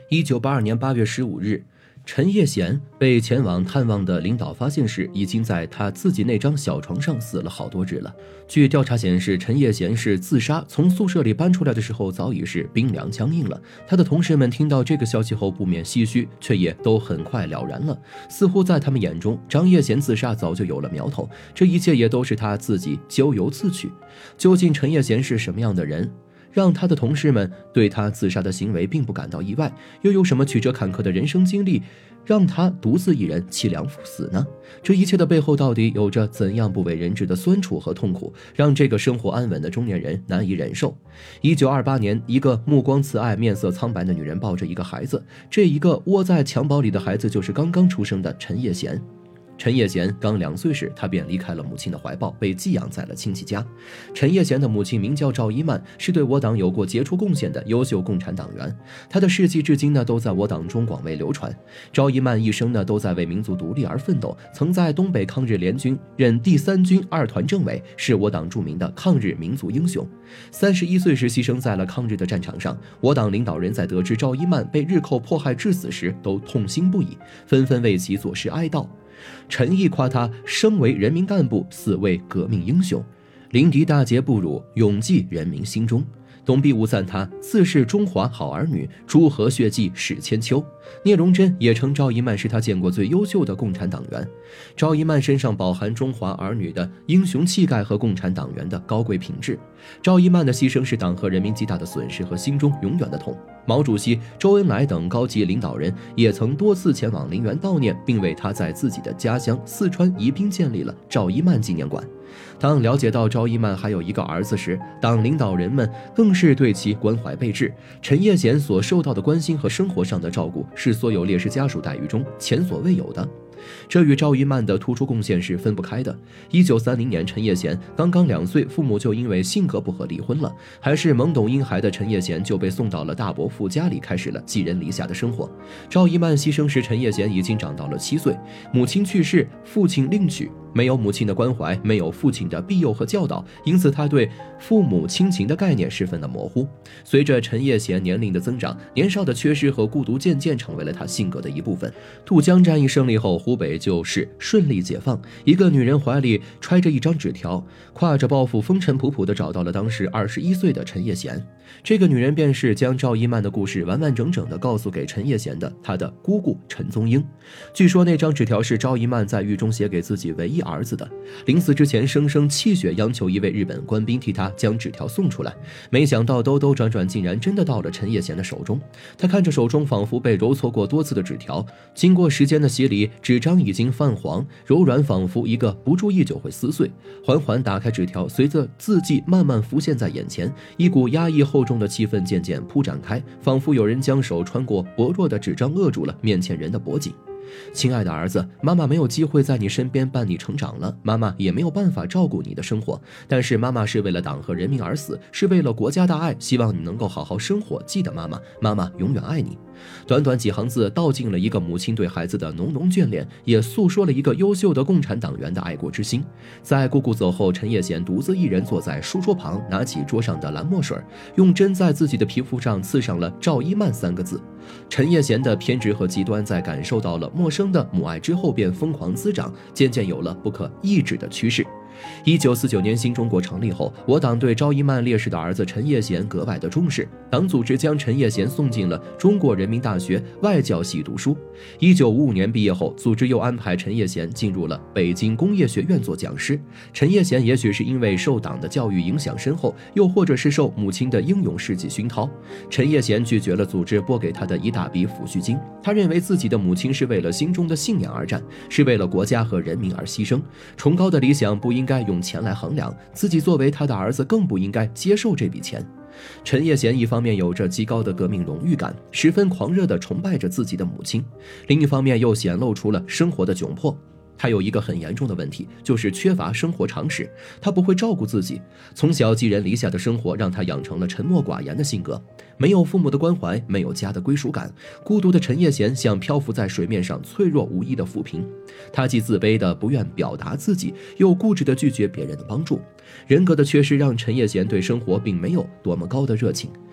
1982年8月15日，陈业贤被前往探望的领导发现时，已经在他自己那张小床上死了好多日了。据调查显示，陈业贤是自杀，从宿舍里搬出来的时候早已是冰凉僵硬了。他的同事们听到这个消息后不免唏嘘，却也都很快了然了。似乎在他们眼中，张业贤自杀早就有了苗头，这一切也都是他自己咎由自取。究竟陈业贤是什么样的人，让他的同事们对他自杀的行为并不感到意外？又有什么曲折坎坷的人生经历让他独自一人凄凉赴死呢？这一切的背后到底有着怎样不为人知的酸楚和痛苦，让这个生活安稳的中年人难以忍受？1928年，一个目光慈爱、面色苍白的女人抱着一个孩子，这一个窝在襁褓里的孩子就是刚刚出生的陈业贤。陈业贤刚2岁时，他便离开了母亲的怀抱，被寄养在了亲戚家。陈业贤的母亲名叫赵一曼，是对我党有过杰出贡献的优秀共产党员，她的事迹至今都在我党中广为流传。赵一曼一生都在为民族独立而奋斗，曾在东北抗日联军任第3军2团政委，是我党著名的抗日民族英雄。31岁时牺牲在了抗日的战场上，我党领导人在得知赵一曼被日寇迫害致死时，都痛心不已，纷纷为其作诗哀悼。陈毅夸他生为人民干部，死为革命英雄，临敌大节不辱，永记人民心中。董必武赞他自是中华好儿女，朱河血迹史千秋。聂荣臻也称赵一曼是他见过最优秀的共产党员。赵一曼身上饱含中华儿女的英雄气概和共产党员的高贵品质。赵一曼的牺牲是党和人民极大的损失和心中永远的痛。毛主席、周恩来等高级领导人也曾多次前往陵园悼念，并为他在自己的家乡四川宜宾建立了赵一曼纪念馆。当了解到赵一曼还有一个儿子时，党领导人们更是对其关怀备至。陈业贤所受到的关心和生活上的照顾，是所有烈士家属待遇中前所未有的。这与赵一曼的突出贡献是分不开的。1930年，陈业贤刚刚2岁，父母就因为性格不合离婚了。还是懵懂婴孩的陈业贤就被送到了大伯父家里，开始了寄人篱下的生活。赵一曼牺牲时，陈业贤已经长到了7岁，母亲去世，父亲另娶。没有母亲的关怀，没有父亲的庇佑和教导，因此他对父母亲情的概念十分的模糊。随着陈业贤年龄的增长，年少的缺失和孤独渐渐成为了他性格的一部分。渡江战役胜利后，湖北就是顺利解放。一个女人怀里揣着一张纸条，挎着包袱，风尘仆仆地找到了当时21岁的陈业贤。这个女人便是将赵一曼的故事完完整整地告诉给陈业贤的她的姑姑陈宗英。据说那张纸条是赵一曼在狱中写给自己唯一儿子的，临死之前生生泣血央求一位日本官兵替他将纸条送出来。没想到兜兜转转竟然真的到了陈业贤的手中。他看着手中仿佛被揉搓过多次的纸条，经过时间的洗礼，纸张已经泛黄，柔软仿佛一个不注意就会撕碎。缓缓打开纸条，随着字迹慢慢浮现在眼前，一股压抑厚重的气氛渐渐铺展开，仿佛有人将手穿过薄弱的纸张扼住了面前人的脖颈。亲爱的儿子，妈妈没有机会在你身边伴你成长了，妈妈也没有办法照顾你的生活，但是妈妈是为了党和人民而死，是为了国家大爱，希望你能够好好生活，记得妈妈，妈妈永远爱你。短短几行字道尽了一个母亲对孩子的浓浓眷恋，也诉说了一个优秀的共产党员的爱国之心。在姑姑走后，陈业贤独自一人坐在书桌旁，拿起桌上的蓝墨水，用针在自己的皮肤上刺上了赵一曼3个字。陈业贤的偏执和极端在感受到了陌生的母爱之后便疯狂滋长，渐渐有了不可抑制的趋势。1949年新中国成立后，我党对赵一曼烈士的儿子陈业贤格外的重视，党组织将陈业贤送进了中国人民大学外教系读书。1955年毕业后，组织又安排陈业贤进入了北京工业学院做讲师。陈业贤也许是因为受党的教育影响深厚，又或者是受母亲的英勇事迹熏陶，陈业贤拒绝了组织拨给他的一大笔抚恤金。他认为自己的母亲是为了心中的信仰而战，是为了国家和人民而牺牲，崇高的理想不应该用钱来衡量，自己作为他的儿子更不应该接受这笔钱。陈业贤一方面有着极高的革命荣誉感，十分狂热地崇拜着自己的母亲，另一方面又显露出了生活的窘迫。他有一个很严重的问题，就是缺乏生活常识。他不会照顾自己，从小寄人篱下的生活让他养成了沉默寡言的性格，没有父母的关怀，没有家的归属感。孤独的陈业贤像漂浮在水面上脆弱无依的浮萍，他既自卑的不愿表达自己，又固执的拒绝别人的帮助。人格的缺失让陈业贤对生活并没有多么高的热情。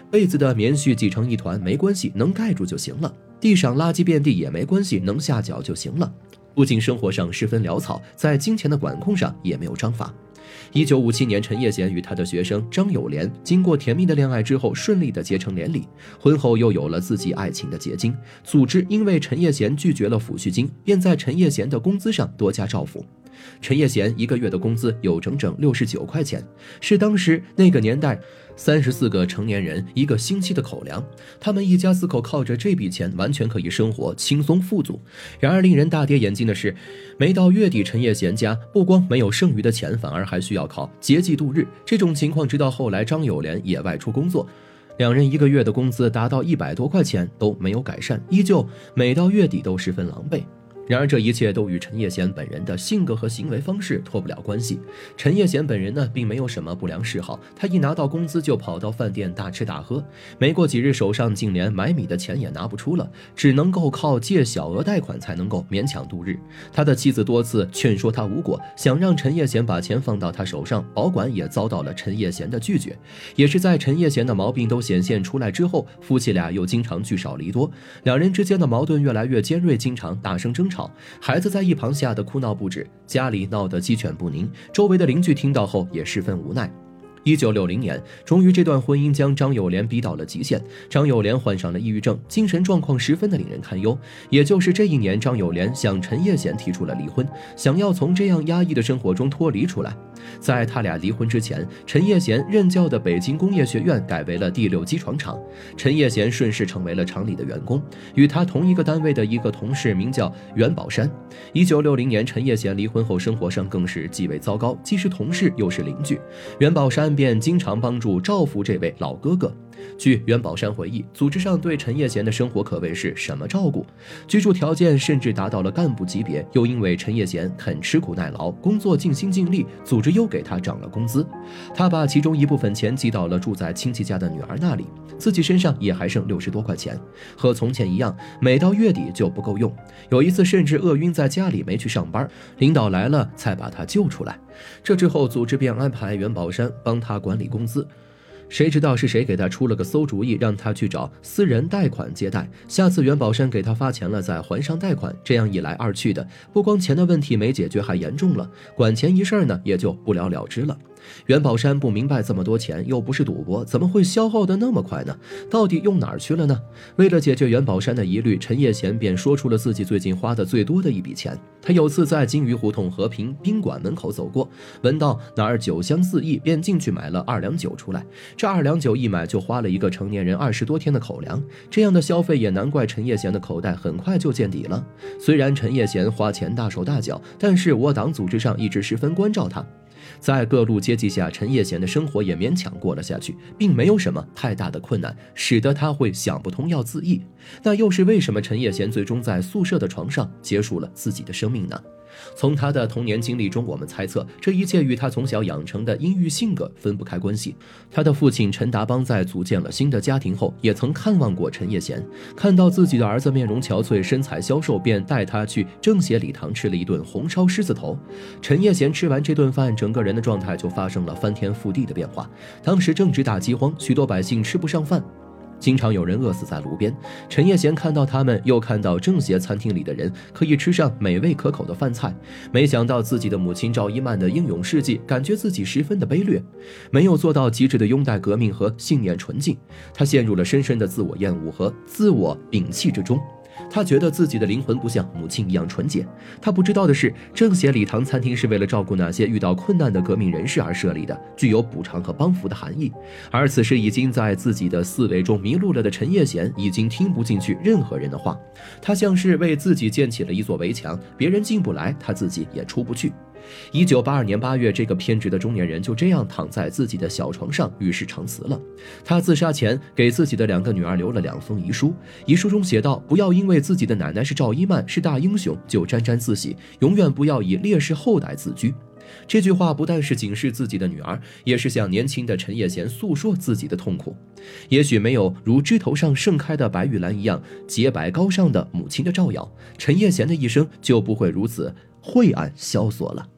被子的棉絮挤成一团没关系，能盖住就行了；地上垃圾遍地也没关系，能下脚就行了。不仅生活上十分潦草，在金钱的管控上也没有章法。1957年，陈业贤与他的学生张友莲经过甜蜜的恋爱之后，顺利的结成连理。婚后又有了自己爱情的结晶。组织因为陈业贤拒绝了抚恤金，便在陈业贤的工资上多加照付。陈业贤一个月的工资有整整69块钱，是当时那个年代34个成年人一个星期的口粮。他们一家4口靠着这笔钱完全可以生活轻松富足。然而令人大跌眼镜的是，每到月底，陈业贤家不光没有剩余的钱，反而还需要靠节季度日。这种情况直到后来张友莲也外出工作，两人一个月的工资达到100多块钱都没有改善，依旧每到月底都十分狼狈。然而这一切都与陈业贤本人的性格和行为方式脱不了关系。陈业贤本人呢，并没有什么不良嗜好，他一拿到工资就跑到饭店大吃大喝，没过几日手上竟连买米的钱也拿不出了，只能够靠借小额贷款才能够勉强度日。他的妻子多次劝说他无果，想让陈业贤把钱放到他手上，保管也遭到了陈业贤的拒绝。也是在陈业贤的毛病都显现出来之后，夫妻俩又经常聚少离多，两人之间的矛盾越来越尖锐，经常大声争吵。孩子在一旁吓得哭闹不止，家里闹得鸡犬不宁，周围的邻居听到后也十分无奈。1960年，终于这段婚姻将张友莲逼到了极限。张友莲患上了抑郁症，精神状况十分的令人堪忧。也就是这一年，张友莲向陈业贤提出了离婚，想要从这样压抑的生活中脱离出来。在他俩离婚之前，陈业贤任教的北京工业学院改为了第6机床厂，陈业贤顺势成为了厂里的员工。与他同一个单位的一个同事名叫袁宝山。1960年，陈业贤离婚后，生活上更是极为糟糕，既是同事又是邻居。袁宝山便经常帮助照拂这位老哥哥。据袁宝山回忆，组织上对陈业贤的生活可谓是什么照顾，居住条件甚至达到了干部级别。又因为陈业贤肯吃苦耐劳，工作尽心尽力，组织又给他涨了工资。他把其中一部分钱寄到了住在亲戚家的女儿那里，自己身上也还剩60多块钱，和从前一样，每到月底就不够用。有一次甚至饿晕在家里没去上班，领导来了才把他救出来。这之后，组织便安排袁宝山帮他管理工资。谁知道是谁给他出了个馊主意，让他去找私人贷款借贷。下次袁宝山给他发钱了，再还上贷款。这样一来二去的，不光钱的问题没解决，还严重了。管钱一事呢，也就不了了之了。袁宝山不明白，这么多钱又不是赌博，怎么会消耗得那么快呢？到底用哪儿去了呢？为了解决袁宝山的疑虑，陈业贤便说出了自己最近花的最多的一笔钱。他有次在金鱼胡同和平宾馆门口走过，闻到哪儿酒香四溢，便进去买了2两酒出来。这2两酒一买就花了一个成年人20多天的口粮。这样的消费也难怪陈业贤的口袋很快就见底了。虽然陈业贤花钱大手大脚，但是我党组织上一直十分关照他。在各路接济下，陈业贤的生活也勉强过了下去，并没有什么太大的困难，使得他会想不通要自缢。那又是为什么陈业贤最终在宿舍的床上结束了自己的生命呢？从他的童年经历中，我们猜测这一切与他从小养成的阴郁性格分不开关系。他的父亲陈达邦在组建了新的家庭后，也曾看望过陈业贤，看到自己的儿子面容憔悴，身材消瘦，便带他去正协礼堂吃了一顿红烧狮子头。陈业贤吃完这顿饭，整个人的状态就发生了翻天覆地的变化。当时正值大饥荒，许多百姓吃不上饭，经常有人饿死在路边。陈业贤看到他们，又看到政协餐厅里的人可以吃上美味可口的饭菜，没想到自己的母亲赵一曼的英勇事迹，感觉自己十分的卑劣，没有做到极致的拥戴革命和信念纯净。他陷入了深深的自我厌恶和自我摒弃之中。他觉得自己的灵魂不像母亲一样纯洁。他不知道的是，正协礼堂餐厅是为了照顾那些遇到困难的革命人士而设立的，具有补偿和帮扶的含义。而此时已经在自己的思维中迷路了的陈业贤，已经听不进去任何人的话。他像是为自己建起了一座围墙，别人进不来，他自己也出不去。1982年8月，这个偏执的中年人就这样躺在自己的小床上与世长辞了。他自杀前给自己的2个女儿留了2封遗书，遗书中写道：不要因为自己的奶奶是赵一曼，是大英雄，就沾沾自喜，永远不要以烈士后代自居。这句话不但是警示自己的女儿，也是向年轻的陈业贤诉说自己的痛苦。也许没有如枝头上盛开的白玉兰一样洁白高尚的母亲的照耀，陈业贤的一生就不会如此晦暗萧索了。